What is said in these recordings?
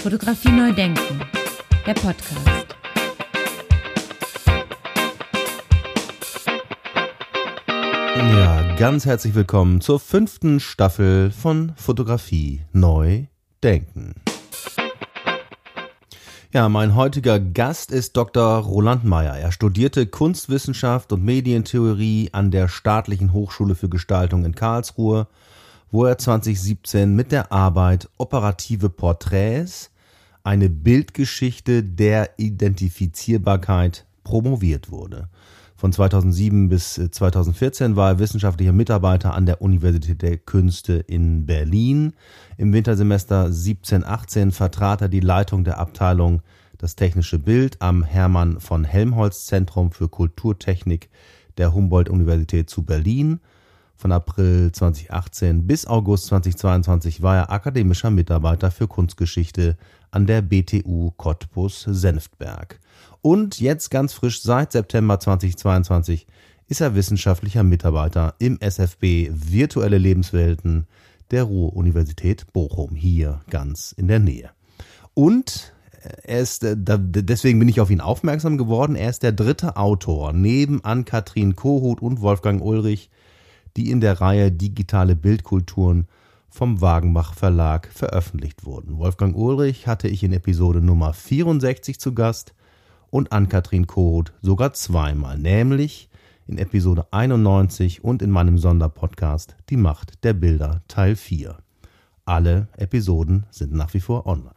Fotografie neu denken, der Podcast. Ja, ganz herzlich willkommen zur 5. Staffel von Fotografie neu denken. Ja, mein heutiger Gast ist Dr. Roland Meyer. Er studierte Kunstwissenschaft und Medientheorie an der Staatlichen Hochschule für Gestaltung in Karlsruhe, wo er 2017 mit der Arbeit Operative Porträts, eine Bildgeschichte der Identifizierbarkeit, promoviert wurde. Von 2007 bis 2014 war er wissenschaftlicher Mitarbeiter an der Universität der Künste in Berlin. Im Wintersemester 17/18 vertrat er die Leitung der Abteilung Das Technische Bild am Hermann von Helmholtz Zentrum für Kulturtechnik der Humboldt-Universität zu Berlin. Von April 2018 bis August 2022 war er akademischer Mitarbeiter für Kunstgeschichte an der BTU Cottbus-Senftenberg. Und jetzt ganz frisch seit September 2022 ist er wissenschaftlicher Mitarbeiter im SFB Virtuelle Lebenswelten der Ruhr-Universität Bochum, hier ganz in der Nähe. Und deswegen bin ich auf ihn aufmerksam geworden, er ist der dritte Autor neben Ann-Kathrin Kohout und Wolfgang Ulrich, die in der Reihe Digitale Bildkulturen vom Wagenbach Verlag veröffentlicht wurden. Wolfgang Ulrich hatte ich in Episode Nummer 64 zu Gast und Ann-Kathrin Kohout sogar zweimal, nämlich in Episode 91 und in meinem Sonderpodcast Die Macht der Bilder Teil 4. Alle Episoden sind nach wie vor online.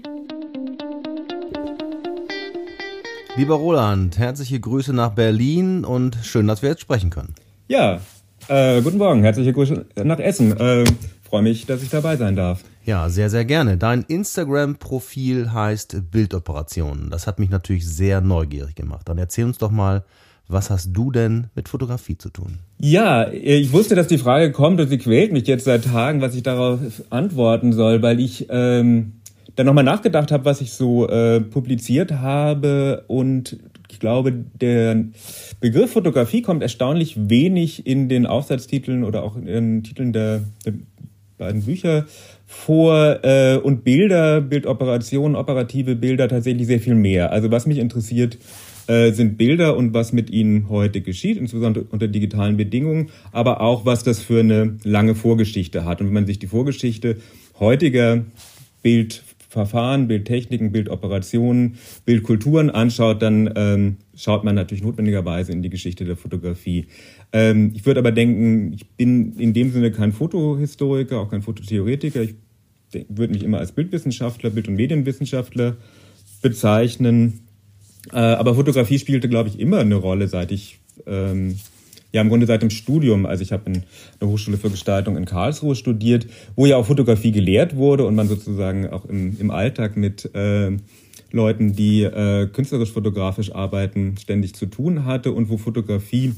Lieber Roland, herzliche Grüße nach Berlin und schön, dass wir jetzt sprechen können. Ja, guten Morgen, herzliche Grüße nach Essen. Freue mich, dass ich dabei sein darf. Ja, sehr, sehr gerne. Dein Instagram-Profil heißt Bildoperationen. Das hat mich natürlich sehr neugierig gemacht. Dann erzähl uns doch mal, was hast du denn mit Fotografie zu tun? Ja, ich wusste, dass die Frage kommt und sie quält mich jetzt seit Tagen, was ich darauf antworten soll, weil ich dann nochmal nachgedacht habe, was ich so publiziert habe, und ich glaube, der Begriff Fotografie kommt erstaunlich wenig in den Aufsatztiteln oder auch in den Titeln der beiden Bücher vor, und Bilder, Bildoperationen, operative Bilder tatsächlich sehr viel mehr. Also was mich interessiert, sind Bilder und was mit ihnen heute geschieht, insbesondere unter digitalen Bedingungen, aber auch, was das für eine lange Vorgeschichte hat. Und wenn man sich die Vorgeschichte heutiger Bildverfahren, Bildtechniken, Bildoperationen, Bildkulturen anschaut, dann schaut man natürlich notwendigerweise in die Geschichte der Fotografie. Ich würde aber denken, ich bin in dem Sinne kein Fotohistoriker, auch kein Fototheoretiker. Ich würde mich immer als Bildwissenschaftler, Bild- und Medienwissenschaftler bezeichnen. Aber Fotografie spielte, glaube ich, immer eine Rolle, seit ich, im Grunde seit dem Studium. Also ich habe in der Hochschule für Gestaltung in Karlsruhe studiert, wo ja auch Fotografie gelehrt wurde und man sozusagen auch im Alltag mit Leuten, die künstlerisch-fotografisch arbeiten, ständig zu tun hatte und wo Fotografie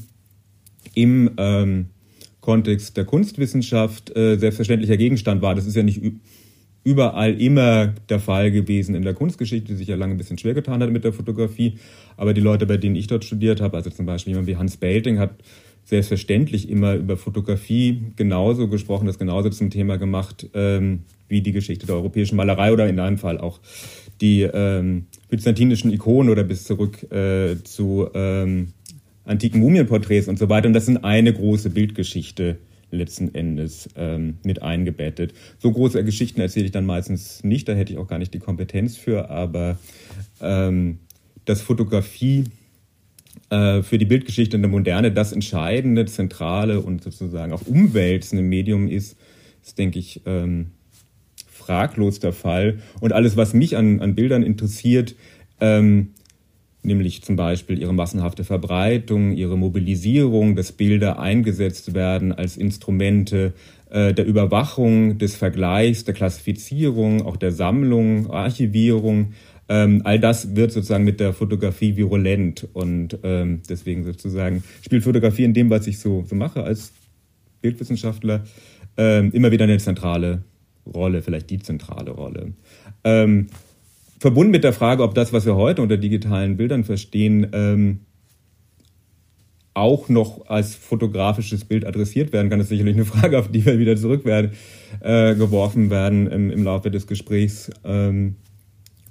im Kontext der Kunstwissenschaft selbstverständlicher Gegenstand war. Das ist ja nicht überall immer der Fall gewesen in der Kunstgeschichte, die sich ja lange ein bisschen schwer getan hat mit der Fotografie. Aber die Leute, bei denen ich dort studiert habe, also zum Beispiel jemand wie Hans Belting, hat selbstverständlich immer über Fotografie genauso gesprochen, das genauso zum Thema gemacht, wie die Geschichte der europäischen Malerei oder in einem Fall auch die byzantinischen Ikonen oder bis zurück zu antiken Mumienporträts und so weiter. Und das sind eine große Bildgeschichte letzten Endes mit eingebettet. So große Geschichten erzähle ich dann meistens nicht, da hätte ich auch gar nicht die Kompetenz für, aber dass Fotografie für die Bildgeschichte in der Moderne das entscheidende, zentrale und sozusagen auch umwälzende Medium ist, denke ich, fraglos der Fall. Und alles, was mich an Bildern interessiert, nämlich zum Beispiel ihre massenhafte Verbreitung, ihre Mobilisierung, dass Bilder eingesetzt werden als Instrumente der Überwachung, des Vergleichs, der Klassifizierung, auch der Sammlung, Archivierung. All das wird sozusagen mit der Fotografie virulent und deswegen sozusagen spielt Fotografie in dem, was ich so mache als Bildwissenschaftler, immer wieder eine zentrale Rolle, vielleicht die zentrale Rolle. Verbunden mit der Frage, ob das, was wir heute unter digitalen Bildern verstehen, auch noch als fotografisches Bild adressiert werden kann, ist sicherlich eine Frage, auf die wir wieder zurückgeworfen werden im Laufe des Gesprächs.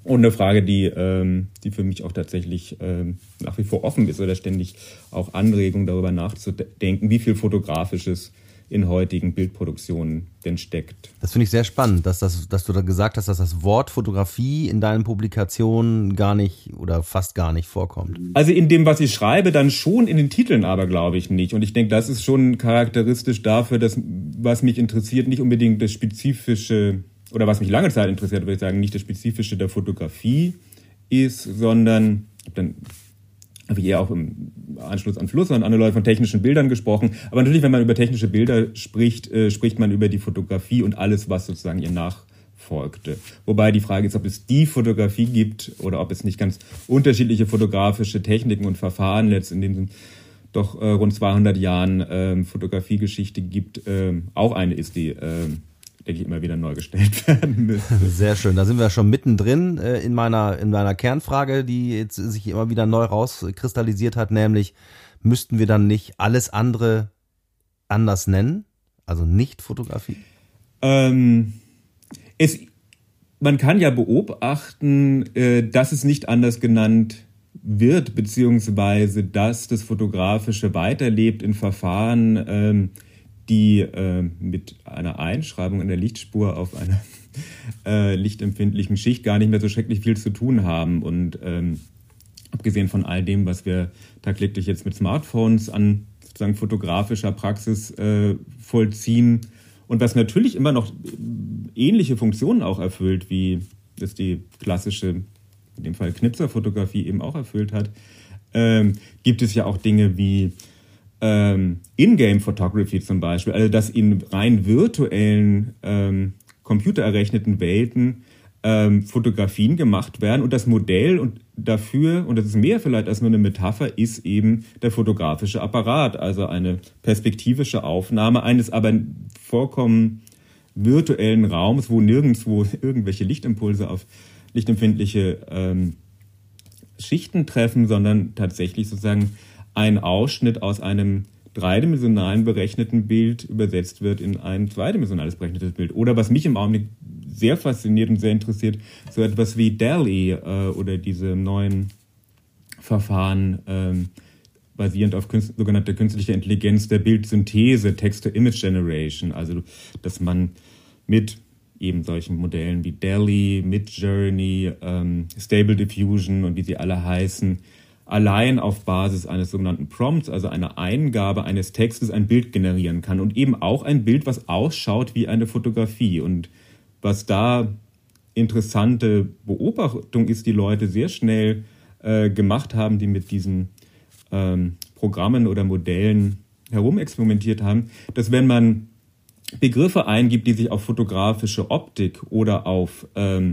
Und eine Frage, die für mich auch tatsächlich nach wie vor offen ist oder ständig auch Anregung darüber nachzudenken, wie viel Fotografisches in heutigen Bildproduktionen denn steckt. Das finde ich sehr spannend, dass du da gesagt hast, dass das Wort Fotografie in deinen Publikationen gar nicht oder fast gar nicht vorkommt. Also in dem, was ich schreibe, dann schon, in den Titeln aber, glaube ich, nicht. Und ich denke, das ist schon charakteristisch dafür, dass, was mich interessiert, nicht unbedingt das Spezifische, oder was mich lange Zeit interessiert, würde ich sagen, nicht das Spezifische der Fotografie ist, sondern dann habe ich eher auch im Anschluss an Fluss und andere Leute von technischen Bildern gesprochen. Aber natürlich, wenn man über technische Bilder spricht, spricht man über die Fotografie und alles, was sozusagen ihr nachfolgte. Wobei die Frage ist, ob es die Fotografie gibt oder ob es nicht ganz unterschiedliche fotografische Techniken und Verfahren jetzt in den doch rund 200 Jahren Fotografiegeschichte gibt, auch eine ist, die denke ich, immer wieder neu gestellt werden müsste. Sehr schön. Da sind wir schon mittendrin in meiner Kernfrage, die jetzt sich immer wieder neu rauskristallisiert hat, nämlich müssten wir dann nicht alles andere anders nennen? Also nicht Fotografie? Man kann ja beobachten, dass es nicht anders genannt wird, beziehungsweise dass das Fotografische weiterlebt in Verfahren, die mit einer Einschreibung in der Lichtspur auf einer lichtempfindlichen Schicht gar nicht mehr so schrecklich viel zu tun haben. Und abgesehen von all dem, was wir tagtäglich jetzt mit Smartphones an sozusagen fotografischer Praxis vollziehen und was natürlich immer noch ähnliche Funktionen auch erfüllt, wie das die klassische, in dem Fall Knipserfotografie eben auch erfüllt hat, gibt es ja auch Dinge wie In-Game Photography zum Beispiel, also dass in rein virtuellen, computererrechneten Welten Fotografien gemacht werden und das Modell und dafür, und das ist mehr vielleicht als nur eine Metapher, ist eben der fotografische Apparat, also eine perspektivische Aufnahme eines aber vollkommen virtuellen Raums, wo nirgendwo irgendwelche Lichtimpulse auf lichtempfindliche Schichten treffen, sondern tatsächlich sozusagen ein Ausschnitt aus einem dreidimensionalen berechneten Bild übersetzt wird in ein zweidimensionales berechnetes Bild. Oder was mich im Augenblick sehr fasziniert und sehr interessiert, so etwas wie DALL-E oder diese neuen Verfahren basierend auf sogenannte künstliche Intelligenz der Bildsynthese, Text-to-Image-Generation. Also dass man mit eben solchen Modellen wie DALL-E, Midjourney, Stable Diffusion und wie sie alle heißen, allein auf Basis eines sogenannten Prompts, also einer Eingabe eines Textes, ein Bild generieren kann und eben auch ein Bild, was ausschaut wie eine Fotografie. Und was da interessante Beobachtung ist, die Leute sehr schnell gemacht haben, die mit diesen Programmen oder Modellen herumexperimentiert haben, dass wenn man Begriffe eingibt, die sich auf fotografische Optik oder auf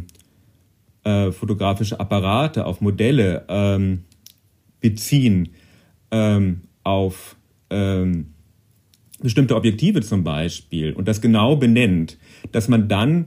fotografische Apparate, auf Modelle beziehen, auf bestimmte Objektive zum Beispiel und das genau benennt, dass man dann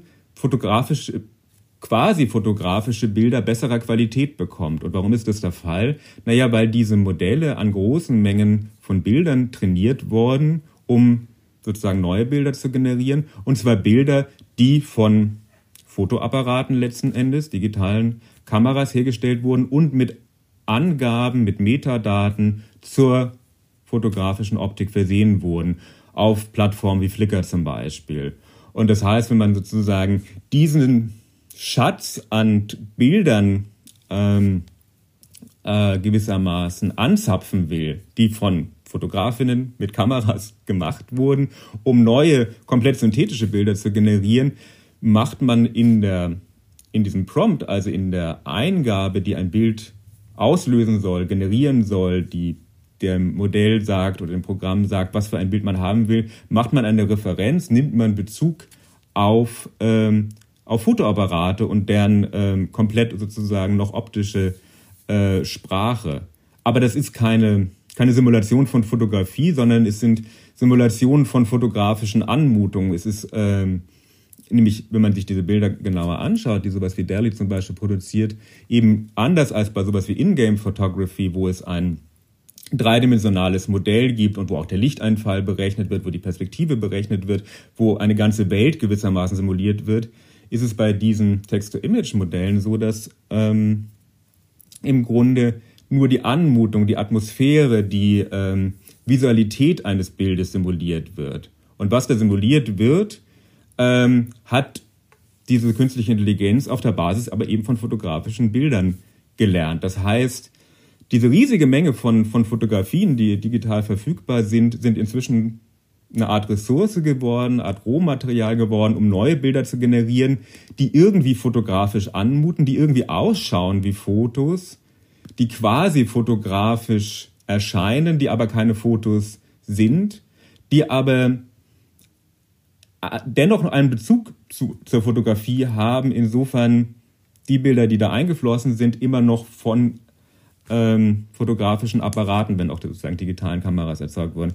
quasi fotografische Bilder besserer Qualität bekommt. Und warum ist das der Fall? Naja, weil diese Modelle an großen Mengen von Bildern trainiert wurden, um sozusagen neue Bilder zu generieren. Und zwar Bilder, die von Fotoapparaten letzten Endes, digitalen Kameras hergestellt wurden und mit Angaben, mit Metadaten zur fotografischen Optik versehen wurden, auf Plattformen wie Flickr zum Beispiel. Und das heißt, wenn man sozusagen diesen Schatz an Bildern gewissermaßen anzapfen will, die von Fotografinnen mit Kameras gemacht wurden, um neue, komplett synthetische Bilder zu generieren, macht man in diesem Prompt, also in der Eingabe, die ein Bild auslösen soll, generieren soll, die dem Modell sagt oder dem Programm sagt, was für ein Bild man haben will, macht man eine Referenz, nimmt man Bezug auf Fotoapparate und deren komplett sozusagen noch optische Sprache. Aber das ist keine Simulation von Fotografie, sondern es sind Simulationen von fotografischen Anmutungen. Es ist nämlich, wenn man sich diese Bilder genauer anschaut, die sowas wie DALL-E zum Beispiel produziert, eben anders als bei sowas wie In-Game Photography, wo es ein dreidimensionales Modell gibt und wo auch der Lichteinfall berechnet wird, wo die Perspektive berechnet wird, wo eine ganze Welt gewissermaßen simuliert wird, ist es bei diesen Text-to-Image-Modellen so, dass im Grunde nur die Anmutung, die Atmosphäre, die Visualität eines Bildes simuliert wird. Und was da simuliert wird, hat diese künstliche Intelligenz auf der Basis aber eben von fotografischen Bildern gelernt. Das heißt, diese riesige Menge von Fotografien, die digital verfügbar sind inzwischen eine Art Ressource geworden, eine Art Rohmaterial geworden, um neue Bilder zu generieren, die irgendwie fotografisch anmuten, die irgendwie ausschauen wie Fotos, die quasi fotografisch erscheinen, die aber keine Fotos sind, die aber dennoch einen Bezug zur Fotografie haben, insofern die Bilder, die da eingeflossen sind, immer noch von fotografischen Apparaten, wenn auch sozusagen digitalen Kameras erzeugt wurden.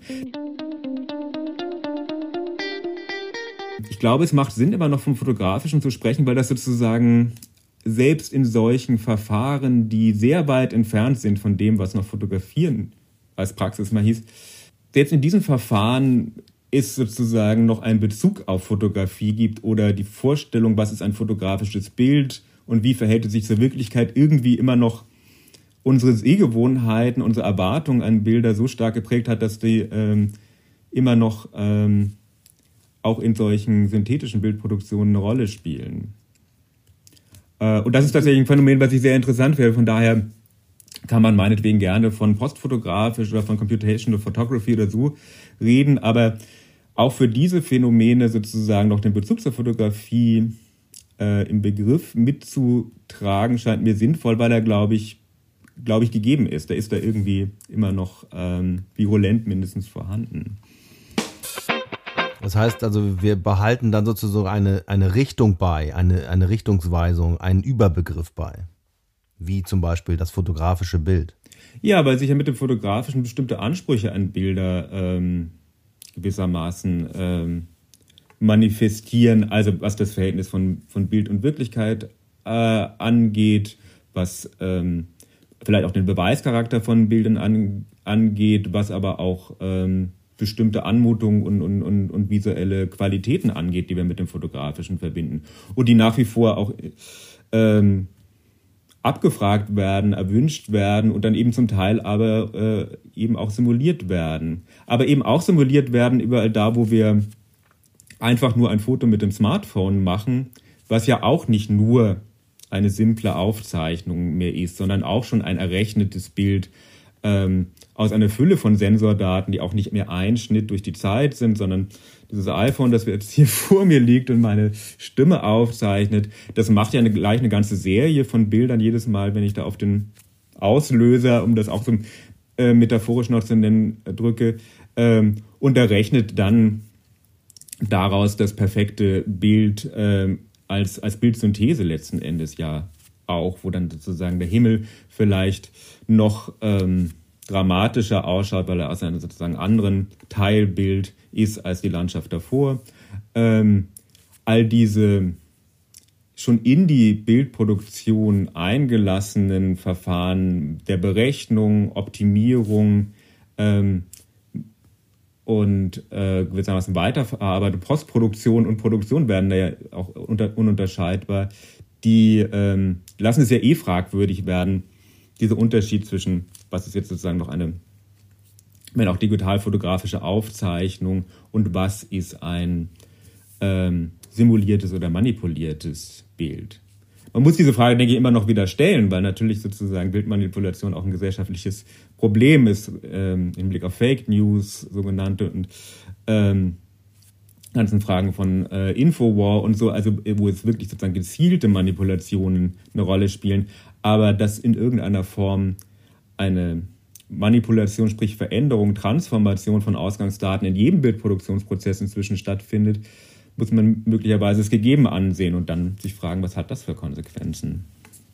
Ich glaube, es macht Sinn, immer noch vom Fotografischen zu sprechen, weil das sozusagen selbst in solchen Verfahren, die sehr weit entfernt sind von dem, was noch Fotografieren als Praxis mal hieß, selbst in diesen Verfahren es sozusagen noch einen Bezug auf Fotografie gibt oder die Vorstellung, was ist ein fotografisches Bild und wie verhält es sich zur Wirklichkeit, irgendwie immer noch unsere Sehgewohnheiten, unsere Erwartungen an Bilder so stark geprägt hat, dass die immer noch auch in solchen synthetischen Bildproduktionen eine Rolle spielen. Und das ist tatsächlich ein Phänomen, was ich sehr interessant finde. Von daher kann man meinetwegen gerne von postfotografisch oder von Computational Photography oder so reden, aber auch für diese Phänomene sozusagen noch den Bezug zur Fotografie im Begriff mitzutragen, scheint mir sinnvoll, weil er, glaube ich, gegeben ist. Der ist da irgendwie immer noch virulent mindestens vorhanden. Das heißt also, wir behalten dann sozusagen eine Richtung bei, eine Richtungsweisung, einen Überbegriff bei, wie zum Beispiel das fotografische Bild. Ja, weil sich ja mit dem Fotografischen bestimmte Ansprüche an Bilder gewissermaßen manifestieren, also was das Verhältnis von Bild und Wirklichkeit angeht, was vielleicht auch den Beweischarakter von Bildern angeht, was aber auch bestimmte Anmutungen und visuelle Qualitäten angeht, die wir mit dem Fotografischen verbinden und die nach wie vor auch abgefragt werden, erwünscht werden und dann eben zum Teil aber eben auch simuliert werden. Aber eben auch simuliert werden überall da, wo wir einfach nur ein Foto mit dem Smartphone machen, was ja auch nicht nur eine simple Aufzeichnung mehr ist, sondern auch schon ein errechnetes Bild aus einer Fülle von Sensordaten, die auch nicht mehr ein Schnitt durch die Zeit sind, sondern dieses iPhone, das jetzt hier vor mir liegt und meine Stimme aufzeichnet, das macht ja gleich eine ganze Serie von Bildern jedes Mal, wenn ich da auf den Auslöser, um das auch so metaphorisch noch zu nennen, drücke, und errechnet dann daraus das perfekte Bild als Bildsynthese letzten Endes ja auch, wo dann sozusagen der Himmel vielleicht noch dramatischer ausschaut, weil er aus einem sozusagen anderen Teilbild ist als die Landschaft davor. All diese schon in die Bildproduktion eingelassenen Verfahren der Berechnung, Optimierung und gewissermaßen Weiterverarbeitung, Postproduktion und Produktion werden da ja auch ununterscheidbar. Die lassen es ja fragwürdig werden, dieser Unterschied zwischen, was ist jetzt sozusagen noch eine, wenn auch digital-fotografische Aufzeichnung und was ist ein simuliertes oder manipuliertes Bild. Man muss diese Frage, denke ich, immer noch wieder stellen, weil natürlich sozusagen Bildmanipulation auch ein gesellschaftliches Problem ist, im Blick auf Fake News, sogenannte, und ganzen Fragen von Infowar und so, also wo es wirklich sozusagen gezielte Manipulationen eine Rolle spielen, aber dass in irgendeiner Form eine Manipulation, sprich Veränderung, Transformation von Ausgangsdaten in jedem Bildproduktionsprozess inzwischen stattfindet, muss man möglicherweise es gegeben ansehen und dann sich fragen, was hat das für Konsequenzen?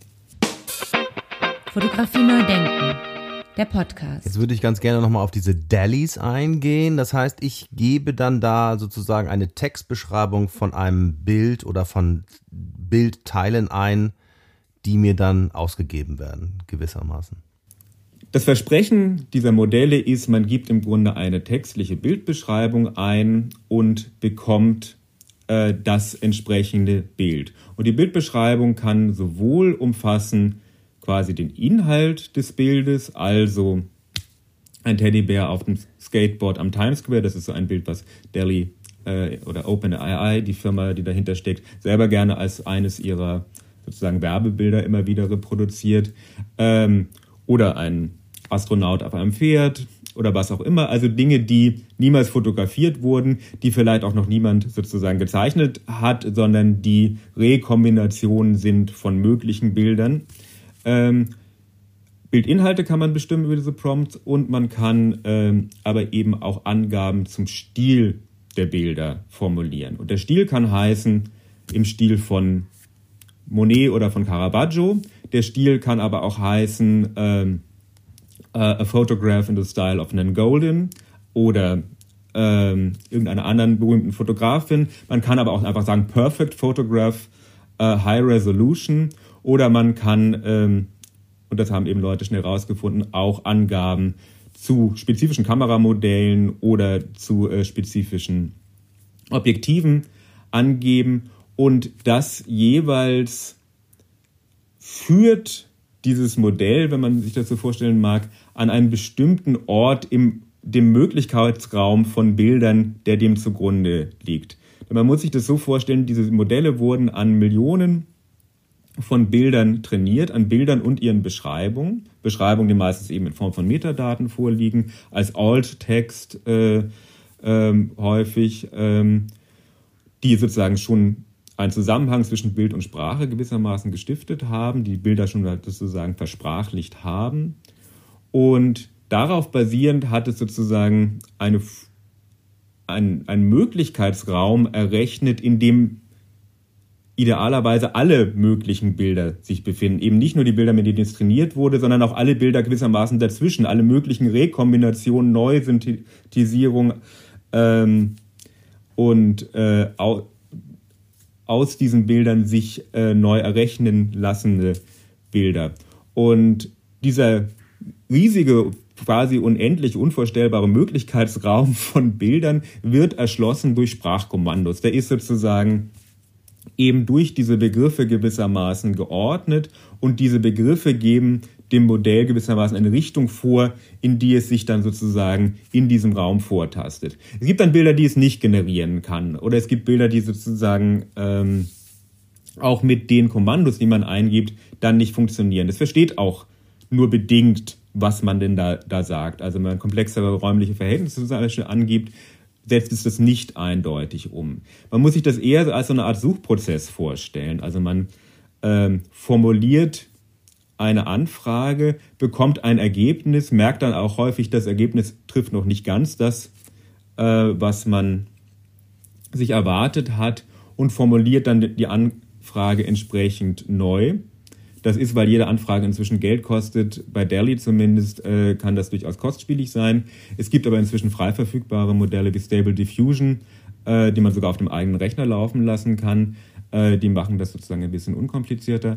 Fotografie neu denken. Der Podcast. Jetzt würde ich ganz gerne nochmal auf diese DALL-Is eingehen. Das heißt, ich gebe dann da sozusagen eine Textbeschreibung von einem Bild oder von Bildteilen ein, die mir dann ausgegeben werden, gewissermaßen. Das Versprechen dieser Modelle ist, man gibt im Grunde eine textliche Bildbeschreibung ein und bekommt das entsprechende Bild. Und die Bildbeschreibung kann sowohl umfassen quasi den Inhalt des Bildes, also ein Teddybär auf dem Skateboard am Times Square, das ist so ein Bild, was DALL-E oder OpenAI, die Firma, die dahinter steckt, selber gerne als eines ihrer sozusagen Werbebilder immer wieder reproduziert. Oder ein Astronaut auf einem Pferd oder was auch immer. Also Dinge, die niemals fotografiert wurden, die vielleicht auch noch niemand sozusagen gezeichnet hat, sondern die Rekombinationen sind von möglichen Bildern. Bildinhalte kann man bestimmen über diese Prompts und man kann aber eben auch Angaben zum Stil der Bilder formulieren. Und der Stil kann heißen im Stil von Monet oder von Caravaggio. Der Stil kann aber auch heißen a photograph in the style of Nan Goldin oder irgendeiner anderen berühmten Fotografin. Man kann aber auch einfach sagen perfect photograph, high resolution, oder man kann, und das haben eben Leute schnell rausgefunden, auch Angaben zu spezifischen Kameramodellen oder zu spezifischen Objektiven angeben. Und das jeweils führt dieses Modell, wenn man sich das so vorstellen mag, an einen bestimmten Ort im dem Möglichkeitsraum von Bildern, der dem zugrunde liegt. Man muss sich das so vorstellen, diese Modelle wurden an Millionen von Bildern trainiert, an Bildern und ihren Beschreibungen, die meistens eben in Form von Metadaten vorliegen, als Alt-Text häufig, die sozusagen schon einen Zusammenhang zwischen Bild und Sprache gewissermaßen gestiftet haben, die Bilder schon sozusagen versprachlicht haben. Und darauf basierend hat es sozusagen einen Möglichkeitsraum errechnet, in dem idealerweise alle möglichen Bilder sich befinden. Eben nicht nur die Bilder, mit denen es trainiert wurde, sondern auch alle Bilder gewissermaßen dazwischen, alle möglichen Rekombinationen, Neusynthetisierung und aus diesen Bildern sich neu errechnen lassende Bilder. Und dieser riesige, quasi unendlich unvorstellbare Möglichkeitsraum von Bildern wird erschlossen durch Sprachkommandos. Der ist sozusagen eben durch diese Begriffe gewissermaßen geordnet und diese Begriffe geben dem Modell gewissermaßen eine Richtung vor, in die es sich dann sozusagen in diesem Raum vortastet. Es gibt dann Bilder, die es nicht generieren kann, oder es gibt Bilder, die sozusagen auch mit den Kommandos, die man eingibt, dann nicht funktionieren. Das versteht auch nur bedingt, was man denn da sagt. Also wenn man komplexere räumliche Verhältnisse zum Beispiel angibt, setzt es das nicht eindeutig um. Man muss sich das eher als so eine Art Suchprozess vorstellen. Also man formuliert eine Anfrage, bekommt ein Ergebnis, merkt dann auch häufig, das Ergebnis trifft noch nicht ganz das, was man sich erwartet hat, und formuliert dann die Anfrage entsprechend neu. Das ist, weil jede Anfrage inzwischen Geld kostet. Bei DALL-E zumindest kann das durchaus kostspielig sein. Es gibt aber inzwischen frei verfügbare Modelle wie Stable Diffusion, die man sogar auf dem eigenen Rechner laufen lassen kann. Die machen das sozusagen ein bisschen unkomplizierter.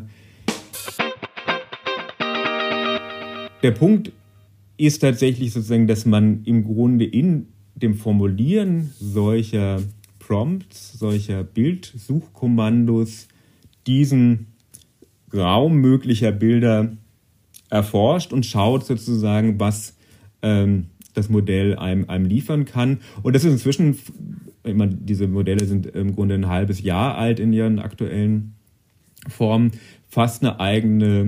Der Punkt ist tatsächlich sozusagen, dass man im Grunde in dem Formulieren solcher Prompts, solcher Bildsuchkommandos diesen Raum möglicher Bilder erforscht und schaut sozusagen, was das Modell einem liefern kann. Und das ist inzwischen, ich meine, diese Modelle sind im Grunde ein halbes Jahr alt in ihren aktuellen Formen, fast eine eigene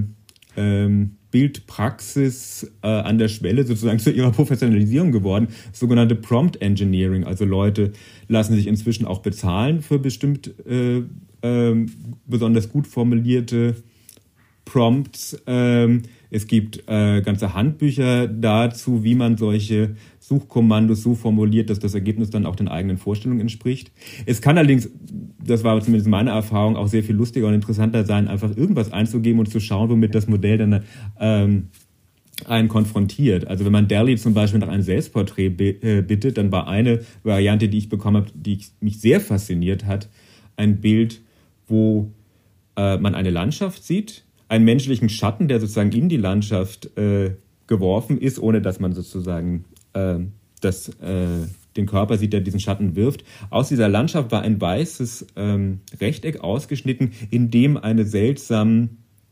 Bildpraxis an der Schwelle sozusagen zu ihrer Professionalisierung geworden, das sogenannte Prompt Engineering. Also Leute lassen sich inzwischen auch bezahlen für bestimmt besonders gut formulierte Prompts. Es gibt ganze Handbücher dazu, wie man solche Suchkommandos so formuliert, dass das Ergebnis dann auch den eigenen Vorstellungen entspricht. Es kann allerdings, das war zumindest meine Erfahrung, auch sehr viel lustiger und interessanter sein, einfach irgendwas einzugeben und zu schauen, womit das Modell dann einen konfrontiert. Also wenn man DALL-E zum Beispiel nach einem Selbstporträt bittet, dann war eine Variante, die ich bekommen habe, die mich sehr fasziniert hat, ein Bild, wo man eine Landschaft sieht, einen menschlichen Schatten, der sozusagen in die Landschaft geworfen ist, ohne dass man sozusagen den Körper sieht, der diesen Schatten wirft. Aus dieser Landschaft war ein weißes Rechteck ausgeschnitten, in dem eine seltsam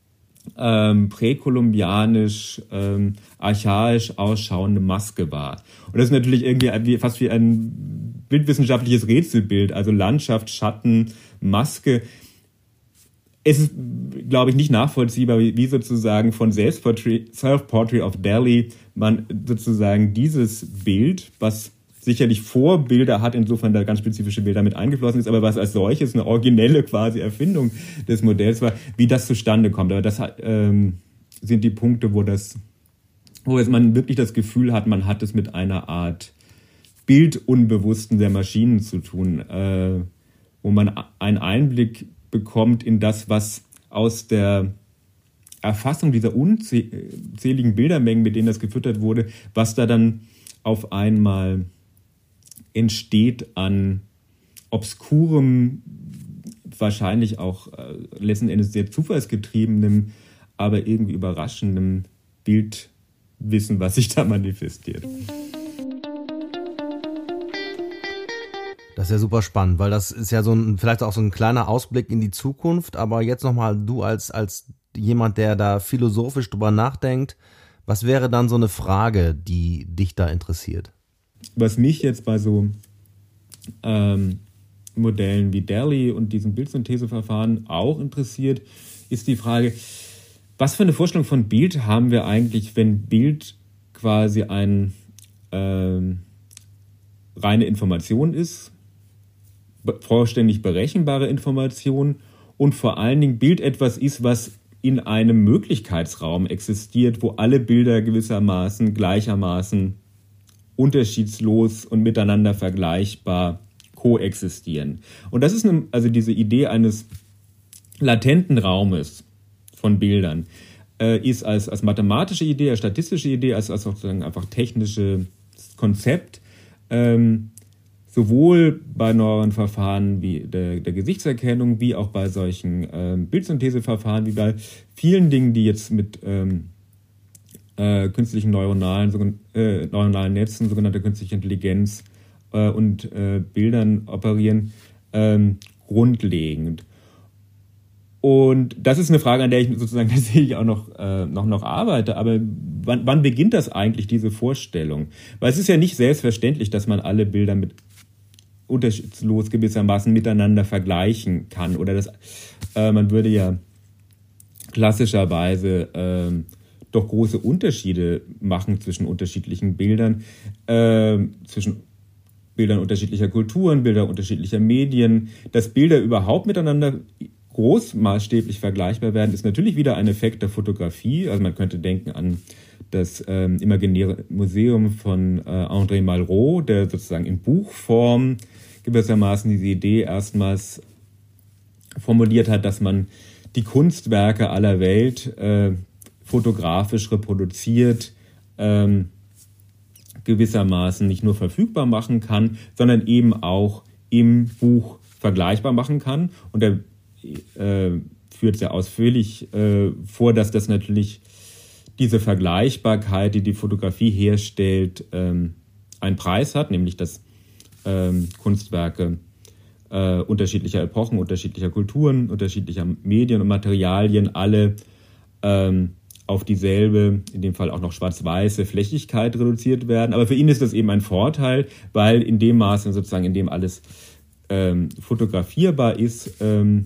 präkolumbianisch, archaisch ausschauende Maske war. Und das ist natürlich irgendwie fast wie ein bildwissenschaftliches Rätselbild, also Landschaft, Schatten, Maske. Es ist, glaube ich, nicht nachvollziehbar, wie sozusagen von Self-Portrait of Delhi man sozusagen dieses Bild, was sicherlich Vorbilder hat, insofern da ganz spezifische Bilder mit eingeflossen ist, aber was als solches eine originelle quasi Erfindung des Modells war, wie das zustande kommt. Aber das sind die Punkte, wo man wirklich das Gefühl hat, man hat es mit einer Art Bildunbewussten der Maschinen zu tun, wo man einen Einblick bekommt in das, was aus der Erfassung dieser unzähligen Bildermengen, mit denen das gefüttert wurde, was da dann auf einmal entsteht an obskurem, wahrscheinlich auch letzten Endes sehr zufallsgetriebenem, aber irgendwie überraschendem Bildwissen, was sich da manifestiert. Das ist ja super spannend, weil das ist ja vielleicht auch so ein kleiner Ausblick in die Zukunft, aber jetzt nochmal du als jemand, der da philosophisch drüber nachdenkt, was wäre dann so eine Frage, die dich da interessiert? Was mich jetzt bei so Modellen wie DALL-E und diesem Bildsyntheseverfahren auch interessiert, ist die Frage, was für eine Vorstellung von Bild haben wir eigentlich, wenn Bild quasi eine reine Information ist, vollständig berechenbare Information und vor allen Dingen Bild etwas ist, was in einem Möglichkeitsraum existiert, wo alle Bilder gewissermaßen gleichermaßen unterschiedslos und miteinander vergleichbar koexistieren. Und das ist also diese Idee eines latenten Raumes von Bildern, ist als mathematische Idee, als statistische Idee, als sozusagen einfach technisches Konzept, sowohl bei neueren Verfahren wie der Gesichtserkennung, wie auch bei solchen Bildsyntheseverfahren, wie bei vielen Dingen, die jetzt mit künstlichen neuronalen Netzen, sogenannte künstliche Intelligenz und Bildern operieren, grundlegend. Und das ist eine Frage, an der ich sozusagen tatsächlich auch noch arbeite. Aber wann beginnt das eigentlich, diese Vorstellung? Weil es ist ja nicht selbstverständlich, dass man alle Bilder mit unterschiedslos gewissermaßen miteinander vergleichen kann. Oder man würde ja klassischerweise doch große Unterschiede machen zwischen unterschiedlichen Bildern, zwischen Bildern unterschiedlicher Kulturen, Bilder unterschiedlicher Medien. Dass Bilder überhaupt miteinander großmaßstäblich vergleichbar werden, ist natürlich wieder ein Effekt der Fotografie. Also man könnte denken an das Imaginäre Museum von André Malraux, der sozusagen in Buchform gewissermaßen diese Idee erstmals formuliert hat, dass man die Kunstwerke aller Welt fotografisch reproduziert, gewissermaßen nicht nur verfügbar machen kann, sondern eben auch im Buch vergleichbar machen kann. Und er führt sehr ausführlich vor, dass das natürlich diese Vergleichbarkeit, die die Fotografie herstellt, einen Preis hat, nämlich dass Kunstwerke unterschiedlicher Epochen, unterschiedlicher Kulturen, unterschiedlicher Medien und Materialien alle auf dieselbe, in dem Fall auch noch schwarz-weiße Flächigkeit reduziert werden. Aber für ihn ist das eben ein Vorteil, weil in dem Maße sozusagen, in dem alles fotografierbar ist,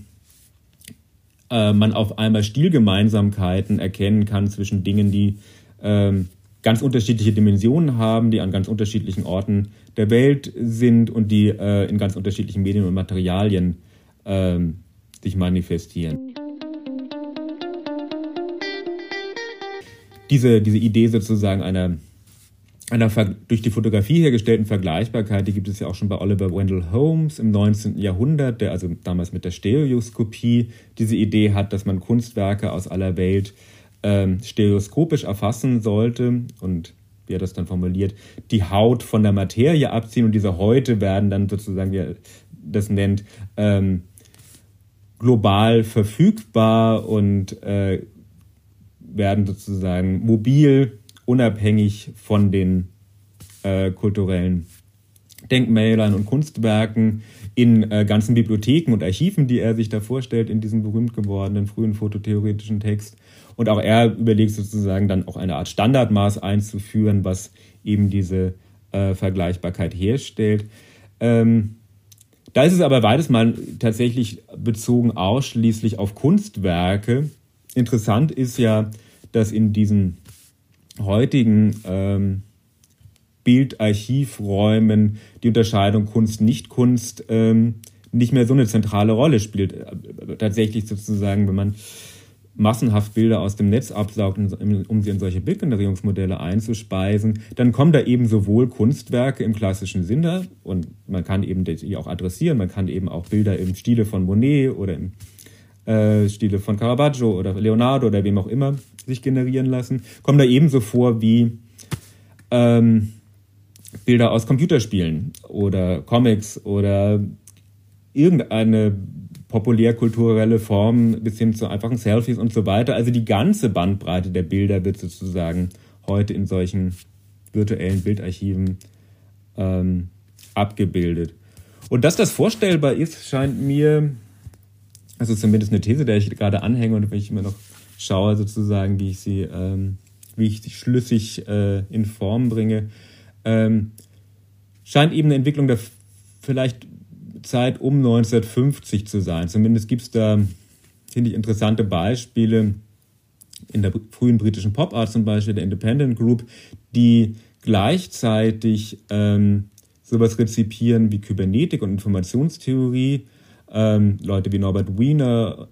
man auf einmal Stilgemeinsamkeiten erkennen kann zwischen Dingen, die ganz unterschiedliche Dimensionen haben, die an ganz unterschiedlichen Orten der Welt sind und die in ganz unterschiedlichen Medien und Materialien sich manifestieren. Diese Idee sozusagen einer durch die Fotografie hergestellten Vergleichbarkeit, die gibt es ja auch schon bei Oliver Wendell Holmes im 19. Jahrhundert, der also damals mit der Stereoskopie diese Idee hat, dass man Kunstwerke aus aller Welt stereoskopisch erfassen sollte und, wie er das dann formuliert, die Haut von der Materie abziehen und diese Häute werden dann sozusagen, wie er das nennt, global verfügbar und werden sozusagen mobil, unabhängig von den kulturellen Denkmälern und Kunstwerken, in ganzen Bibliotheken und Archiven, die er sich da vorstellt in diesem berühmt gewordenen frühen fototheoretischen Text. Und auch er überlegt sozusagen dann auch eine Art Standardmaß einzuführen, was eben diese Vergleichbarkeit herstellt. Da ist es aber beides mal tatsächlich bezogen ausschließlich auf Kunstwerke. Interessant ist ja, dass in diesen heutigen Bildarchivräumen die Unterscheidung Kunst-Nicht-Kunst nicht mehr so eine zentrale Rolle spielt. Tatsächlich sozusagen, wenn man massenhaft Bilder aus dem Netz absaugt, um sie in solche Bildgenerierungsmodelle einzuspeisen, dann kommen da eben sowohl Kunstwerke im klassischen Sinne, und man kann eben die auch adressieren, man kann eben auch Bilder im Stile von Monet oder im Stile von Caravaggio oder Leonardo oder wem auch immer sich generieren lassen, kommen da ebenso vor wie Bilder aus Computerspielen oder Comics oder irgendeine populärkulturelle Form bis hin zu einfachen Selfies und so weiter. Also die ganze Bandbreite der Bilder wird sozusagen heute in solchen virtuellen Bildarchiven abgebildet. Und dass das vorstellbar ist, scheint mir, also zumindest eine These, der ich gerade anhänge und wenn ich immer noch schaue sozusagen, wie ich sie schlüssig in Form bringe, scheint eben eine Entwicklung der vielleicht Zeit um 1950 zu sein. Zumindest gibt es da, finde ich, interessante Beispiele in der frühen britischen Pop-Art, zum Beispiel der Independent Group, die gleichzeitig sowas rezipieren wie Kybernetik und Informationstheorie. Leute wie Norbert Wiener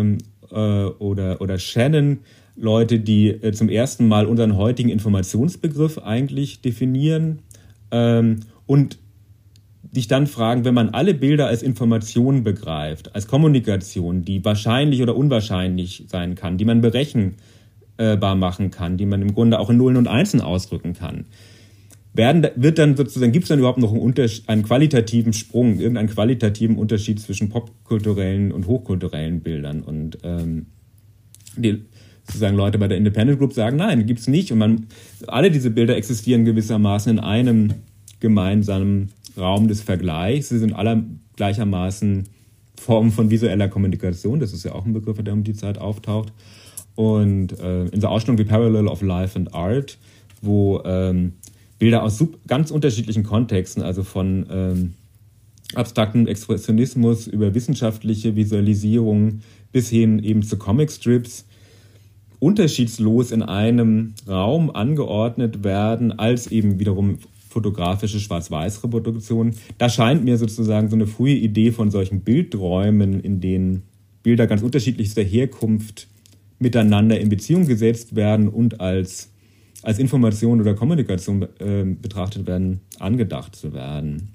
oder Shannon, Leute, die zum ersten Mal unseren heutigen Informationsbegriff eigentlich definieren und sich dann fragen, wenn man alle Bilder als Information begreift, als Kommunikation, die wahrscheinlich oder unwahrscheinlich sein kann, die man berechenbar machen kann, die man im Grunde auch in Nullen und Einsen ausdrücken kann, gibt es dann überhaupt noch einen qualitativen Sprung, irgendeinen qualitativen Unterschied zwischen popkulturellen und hochkulturellen Bildern? Und die sozusagen Leute bei der Independent Group sagen, nein, gibt es nicht. Und alle diese Bilder existieren gewissermaßen in einem gemeinsamen Raum des Vergleichs. Sie sind alle gleichermaßen Formen von visueller Kommunikation. Das ist ja auch ein Begriff, der um die Zeit auftaucht. Und in der Ausstellung The Parallel of Life and Art, wo Bilder aus ganz unterschiedlichen Kontexten, also von abstraktem Expressionismus über wissenschaftliche Visualisierung bis hin eben zu Comicstrips, unterschiedslos in einem Raum angeordnet werden, als eben wiederum fotografische Schwarz-Weiß-Reproduktionen. Da scheint mir sozusagen so eine frühe Idee von solchen Bildräumen, in denen Bilder ganz unterschiedlichster Herkunft miteinander in Beziehung gesetzt werden und als Information oder Kommunikation betrachtet werden, angedacht zu werden.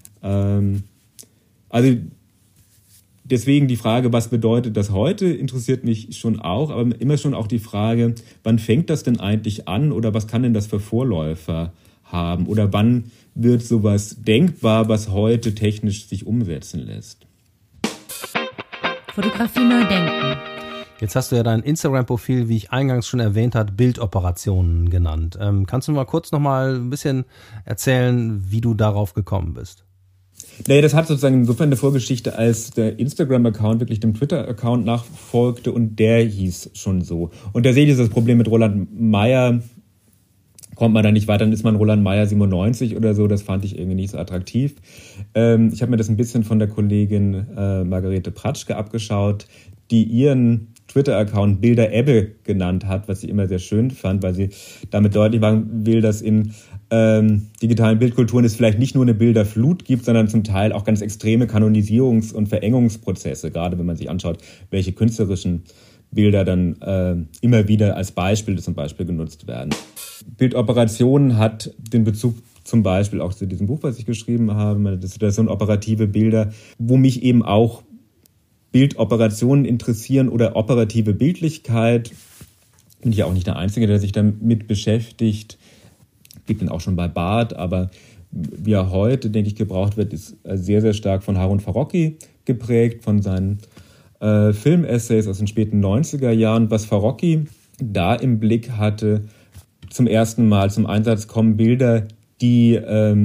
Also deswegen die Frage, was bedeutet das heute, interessiert mich schon auch, aber immer schon auch die Frage, wann fängt das denn eigentlich an oder was kann denn das für Vorläufer haben oder wann wird sowas denkbar, was heute technisch sich umsetzen lässt? Fotografie neu denken. Jetzt hast du ja dein Instagram-Profil, wie ich eingangs schon erwähnt habe, Bildoperationen genannt. Kannst du mal kurz noch mal ein bisschen erzählen, wie du darauf gekommen bist? Naja, das hat sozusagen insofern eine Vorgeschichte, als der Instagram-Account wirklich dem Twitter-Account nachfolgte und der hieß schon so. Und da sehe ich das Problem mit Roland Meyer, kommt man da nicht weiter, dann ist man Roland Meyer 97 oder so, das fand ich irgendwie nicht so attraktiv. Ich habe mir das ein bisschen von der Kollegin Margarete Pratschke abgeschaut, die ihren Twitter-Account Bilder-Ebbe genannt hat, was ich immer sehr schön fand, weil sie damit deutlich machen will, dass in digitalen Bildkulturen es vielleicht nicht nur eine Bilderflut gibt, sondern zum Teil auch ganz extreme Kanonisierungs- und Verengungsprozesse, gerade wenn man sich anschaut, welche künstlerischen Bilder dann immer wieder als Beispiele zum Beispiel genutzt werden. Bildoperationen hat den Bezug zum Beispiel auch zu diesem Buch, was ich geschrieben habe, das sind operative Bilder, wo mich eben auch Bildoperationen interessieren oder operative Bildlichkeit. Bin ich ja auch nicht der Einzige, der sich damit beschäftigt. Gibt ihn auch schon bei Barth, aber wie er heute, denke ich, gebraucht wird, ist sehr, sehr stark von Harun Farocki geprägt, von seinen Filmessays aus den späten 90er Jahren. Was Farocki da im Blick hatte, zum ersten Mal zum Einsatz kommen Bilder, die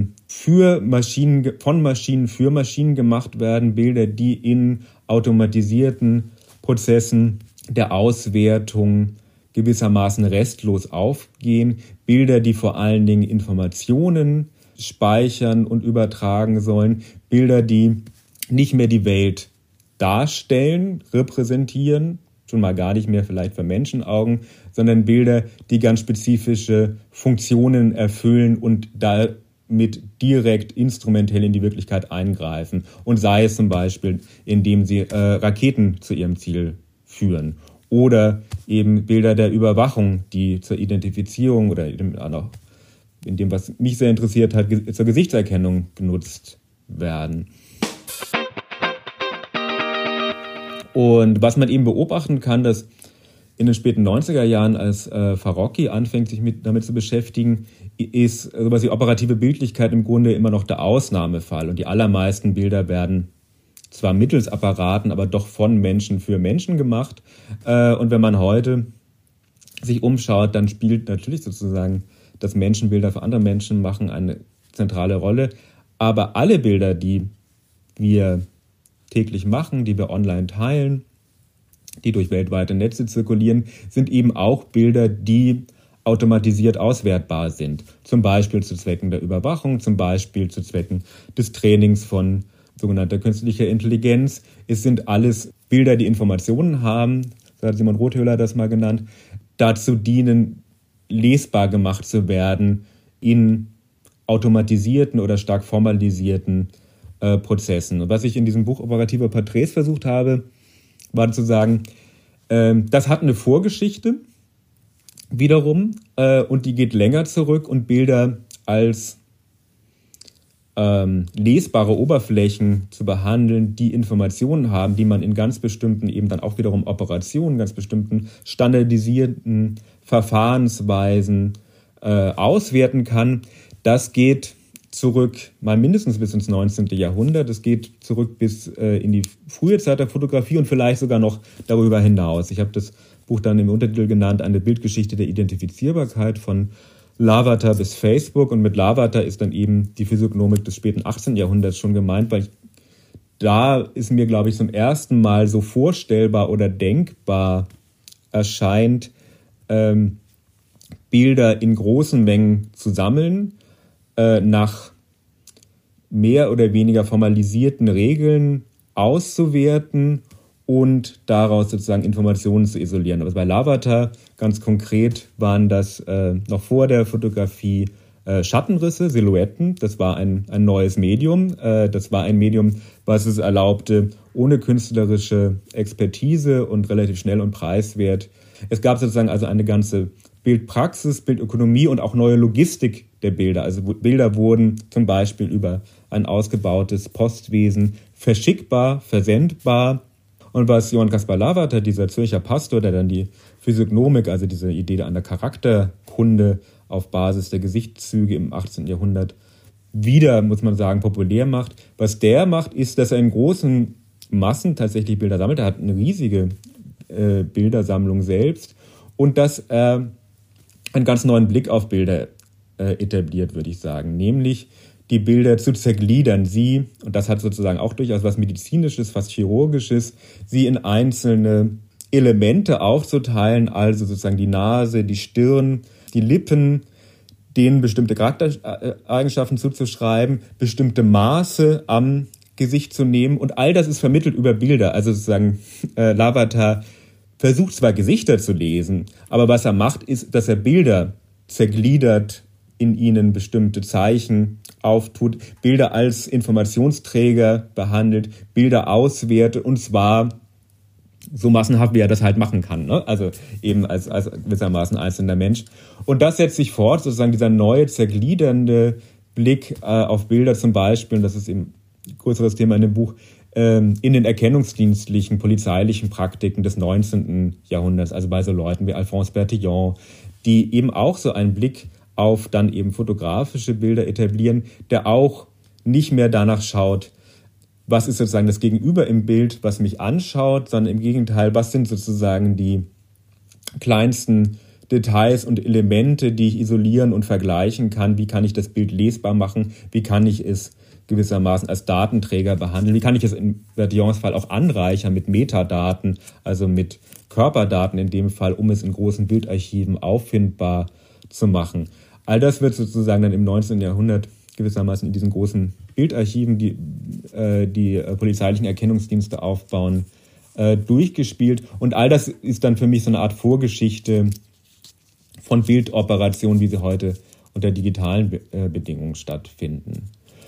von Maschinen für Maschinen gemacht werden, Bilder, die in automatisierten Prozessen der Auswertung gewissermaßen restlos aufgehen, Bilder, die vor allen Dingen Informationen speichern und übertragen sollen, Bilder, die nicht mehr die Welt darstellen, repräsentieren, schon mal gar nicht mehr vielleicht für Menschenaugen, sondern Bilder, die ganz spezifische Funktionen erfüllen und damit direkt instrumentell in die Wirklichkeit eingreifen. Und sei es zum Beispiel, indem sie Raketen zu ihrem Ziel führen. Oder eben Bilder der Überwachung, die zur Identifizierung oder in dem, was mich sehr interessiert hat, zur Gesichtserkennung genutzt werden. Und was man eben beobachten kann, dass in den späten 90er Jahren, als Farocki anfängt, sich damit zu beschäftigen, ist sowas wie operative Bildlichkeit im Grunde immer noch der Ausnahmefall. Und die allermeisten Bilder werden zwar mittels Apparaten, aber doch von Menschen für Menschen gemacht. Und wenn man heute sich umschaut, dann spielt natürlich sozusagen das Menschenbilder für andere Menschen machen eine zentrale Rolle. Aber alle Bilder, die wir täglich machen, die wir online teilen, die durch weltweite Netze zirkulieren, sind eben auch Bilder, die automatisiert auswertbar sind. Zum Beispiel zu Zwecken der Überwachung, zum Beispiel zu Zwecken des Trainings von sogenannter künstlicher Intelligenz. Es sind alles Bilder, die Informationen haben, so hat Simon Rothöhler das mal genannt, dazu dienen, lesbar gemacht zu werden in automatisierten oder stark formalisierten Prozessen. Und was ich in diesem Buch Operative Porträts versucht habe, war zu sagen, das hat eine Vorgeschichte wiederum und die geht länger zurück und Bilder als lesbare Oberflächen zu behandeln, die Informationen haben, die man in ganz bestimmten eben dann auch wiederum Operationen, ganz bestimmten standardisierten Verfahrensweisen auswerten kann. Das geht zurück, mal mindestens bis ins 19. Jahrhundert. Es geht zurück bis in die frühe Zeit der Fotografie und vielleicht sogar noch darüber hinaus. Ich habe das Buch dann im Untertitel genannt, eine Bildgeschichte der Identifizierbarkeit von Lavater bis Facebook. Und mit Lavater ist dann eben die Physiognomik des späten 18. Jahrhunderts schon gemeint, weil da ist mir, glaube ich, zum ersten Mal so vorstellbar oder denkbar erscheint, Bilder in großen Mengen zu sammeln, nach mehr oder weniger formalisierten Regeln auszuwerten und daraus sozusagen Informationen zu isolieren. Aber bei Lavater ganz konkret waren das noch vor der Fotografie Schattenrisse, Silhouetten. Das war ein neues Medium. Das war ein Medium, was es erlaubte, ohne künstlerische Expertise und relativ schnell und preiswert. Es gab sozusagen also eine ganze Bildpraxis, Bildökonomie und auch neue Logistik der Bilder. Also Bilder wurden zum Beispiel über ein ausgebautes Postwesen verschickbar, versendbar. Und was Johann Caspar Lavater, dieser Zürcher Pastor, der dann die Physiognomik, also diese Idee einer Charakterkunde auf Basis der Gesichtszüge im 18. Jahrhundert wieder, muss man sagen, populär macht. Was der macht, ist, dass er in großen Massen tatsächlich Bilder sammelt. Er hat eine riesige Bildersammlung selbst und dass er einen ganz neuen Blick auf Bilder etabliert, würde ich sagen, nämlich die Bilder zu zergliedern, sie, und das hat sozusagen auch durchaus was Medizinisches, fast Chirurgisches, sie in einzelne Elemente aufzuteilen, also sozusagen die Nase, die Stirn, die Lippen, denen bestimmte Charaktereigenschaften zuzuschreiben, bestimmte Maße am Gesicht zu nehmen und all das ist vermittelt über Bilder, also sozusagen Lavater versucht zwar Gesichter zu lesen, aber was er macht, ist, dass er Bilder zergliedert, in ihnen bestimmte Zeichen auftut, Bilder als Informationsträger behandelt, Bilder auswertet und zwar so massenhaft, wie er das halt machen kann, ne? Also eben als gewissermaßen einzelner Mensch. Und das setzt sich fort, sozusagen dieser neue, zergliedernde Blick auf Bilder zum Beispiel, und das ist eben ein größeres Thema in dem Buch, in den erkennungsdienstlichen, polizeilichen Praktiken des 19. Jahrhunderts, also bei so Leuten wie Alphonse Bertillon, die eben auch so einen Blick auf dann eben fotografische Bilder etablieren, der auch nicht mehr danach schaut, was ist sozusagen das Gegenüber im Bild, was mich anschaut, sondern im Gegenteil, was sind sozusagen die kleinsten Details und Elemente, die ich isolieren und vergleichen kann. Wie kann ich das Bild lesbar machen? Wie kann ich es gewissermaßen als Datenträger behandeln? Wie kann ich es in Bertillons Fall auch anreichern mit Metadaten, also mit Körperdaten in dem Fall, um es in großen Bildarchiven auffindbar zu machen? All das wird sozusagen dann im 19. Jahrhundert gewissermaßen in diesen großen Bildarchiven, die polizeilichen Erkennungsdienste aufbauen, durchgespielt. Und all das ist dann für mich so eine Art Vorgeschichte von Bildoperationen, wie sie heute unter digitalen Bedingungen stattfinden.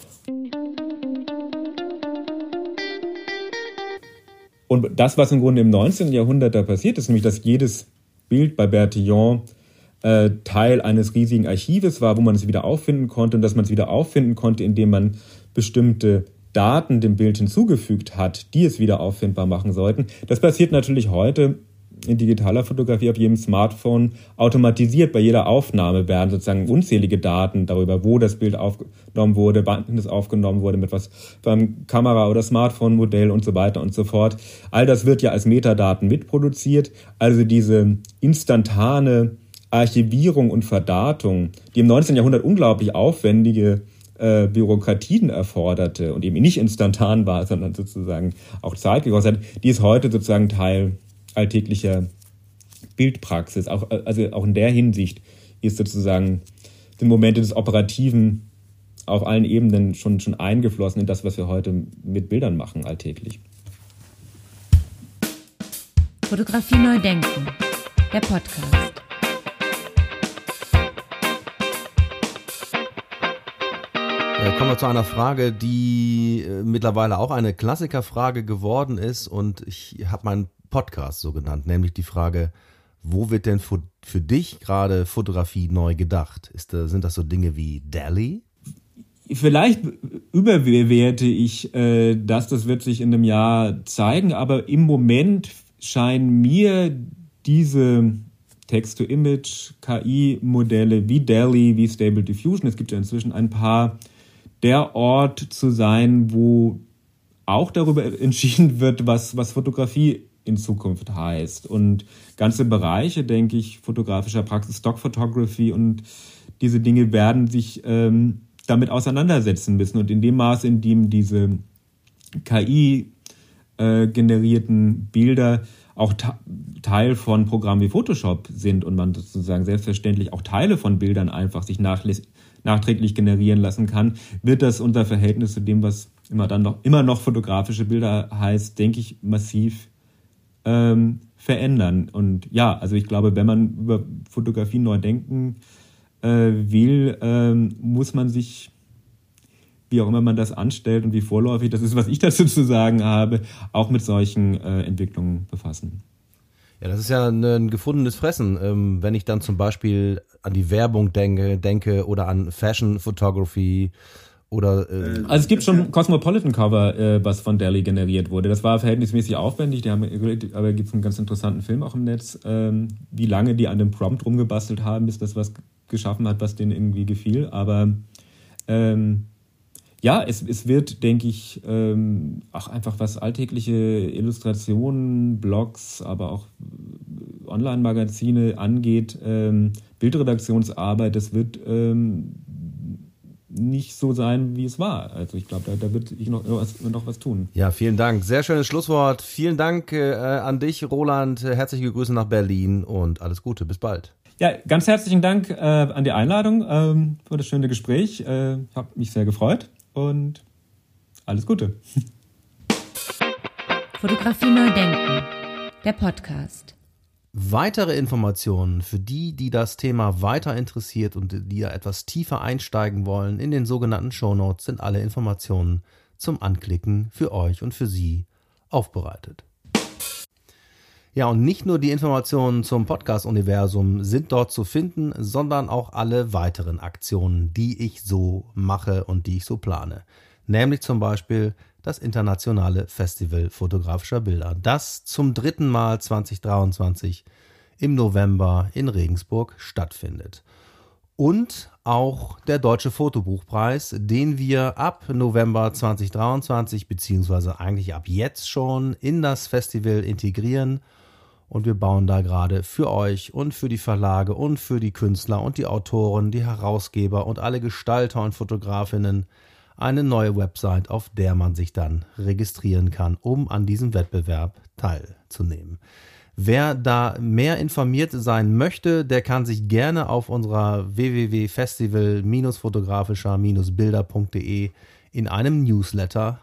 Und das, was im Grunde im 19. Jahrhundert da passiert ist, nämlich dass jedes Bild bei Bertillon Teil eines riesigen Archives war, wo man es wieder auffinden konnte und dass man es wieder auffinden konnte, indem man bestimmte Daten dem Bild hinzugefügt hat, die es wieder auffindbar machen sollten. Das passiert natürlich heute in digitaler Fotografie auf jedem Smartphone automatisiert. Bei jeder Aufnahme werden sozusagen unzählige Daten darüber, wo das Bild aufgenommen wurde, wann es aufgenommen wurde, mit was beim Kamera- oder Smartphone-Modell und so weiter und so fort. All das wird ja als Metadaten mitproduziert. Also diese instantane Archivierung und Verdatung, die im 19. Jahrhundert unglaublich aufwendige Bürokratien erforderte und eben nicht instantan war, sondern sozusagen auch Zeit gekostet hat, die ist heute sozusagen Teil alltäglicher Bildpraxis. Also auch in der Hinsicht ist sozusagen die Momente des Operativen auf allen Ebenen schon eingeflossen in das, was wir heute mit Bildern machen alltäglich. Fotografie neu denken, der Podcast. Kommen wir zu einer Frage, die mittlerweile auch eine Klassikerfrage geworden ist, und ich habe meinen Podcast so genannt, nämlich die Frage, wo wird denn für dich gerade Fotografie neu gedacht? Sind das so Dinge wie DALL-E? Vielleicht überbewerte ich das wird sich in einem Jahr zeigen, aber im Moment scheinen mir diese Text-to-Image, KI-Modelle wie DALL-E, wie Stable Diffusion, es gibt ja inzwischen ein paar, der Ort zu sein, wo auch darüber entschieden wird, was Fotografie in Zukunft heißt. Und ganze Bereiche, denke ich, fotografischer Praxis, Stock Photography und diese Dinge werden sich damit auseinandersetzen müssen. Und in dem Maße, in dem diese KI-generierten Bilder auch Teil von Programmen wie Photoshop sind und man sozusagen selbstverständlich auch Teile von Bildern einfach sich nachträglich generieren lassen kann, wird das unser Verhältnis zu dem, was immer noch fotografische Bilder heißt, denke ich, massiv verändern. Und ja, also ich glaube, wenn man über Fotografie neu denken will, muss man sich, wie auch immer man das anstellt und wie vorläufig das ist, was ich dazu zu sagen habe, auch mit solchen Entwicklungen befassen. Ja, das ist ja ein gefundenes Fressen. Wenn ich dann zum Beispiel an die Werbung denke oder an Fashion Photography oder... Also es gibt schon Cosmopolitan Cover, was von DALL-E generiert wurde. Das war verhältnismäßig aufwendig, aber gibt es einen ganz interessanten Film auch im Netz, wie lange die an dem Prompt rumgebastelt haben, bis das was geschaffen hat, was denen irgendwie gefiel. Aber ja, es wird, denke ich, auch einfach was alltägliche Illustrationen, Blogs, aber auch Online-Magazine angeht, Bildredaktionsarbeit, das wird nicht so sein, wie es war. Also ich glaube, da wird sich noch was tun. Ja, vielen Dank. Sehr schönes Schlusswort. Vielen Dank an dich, Roland. Herzliche Grüße nach Berlin und alles Gute. Bis bald. Ja, ganz herzlichen Dank an die Einladung für das schöne Gespräch. Ich habe mich sehr gefreut. Und alles Gute. Fotografie neu denken, der Podcast. Weitere Informationen für die das Thema weiter interessiert und die da etwas tiefer einsteigen wollen, in den sogenannten Shownotes sind alle Informationen zum Anklicken für euch und für Sie aufbereitet. Ja, und nicht nur die Informationen zum Podcast-Universum sind dort zu finden, sondern auch alle weiteren Aktionen, die ich so mache und die ich so plane. Nämlich zum Beispiel das Internationale Festival fotografischer Bilder, das zum 3. Mal 2023 im November in Regensburg stattfindet. Und auch der Deutsche Fotobuchpreis, den wir ab November 2023 beziehungsweise eigentlich ab jetzt schon in das Festival integrieren. Und wir bauen da gerade für euch und für die Verlage und für die Künstler und die Autoren, die Herausgeber und alle Gestalter und Fotografinnen eine neue Website, auf der man sich dann registrieren kann, um an diesem Wettbewerb teilzunehmen. Wer da mehr informiert sein möchte, der kann sich gerne auf unserer www.festival-fotografischer-bilder.de in einem Newsletter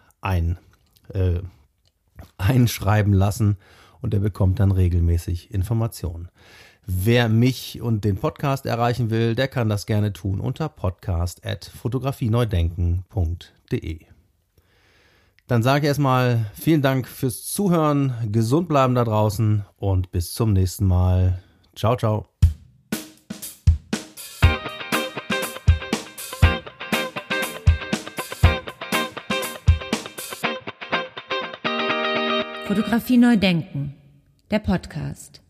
einschreiben lassen und der bekommt dann regelmäßig Informationen. Wer mich und den Podcast erreichen will, der kann das gerne tun unter podcast@fotografieneudenken.de. Dann sage ich erstmal vielen Dank fürs Zuhören, gesund bleiben da draußen und bis zum nächsten Mal. Ciao, ciao. Fotografie neu denken, der Podcast.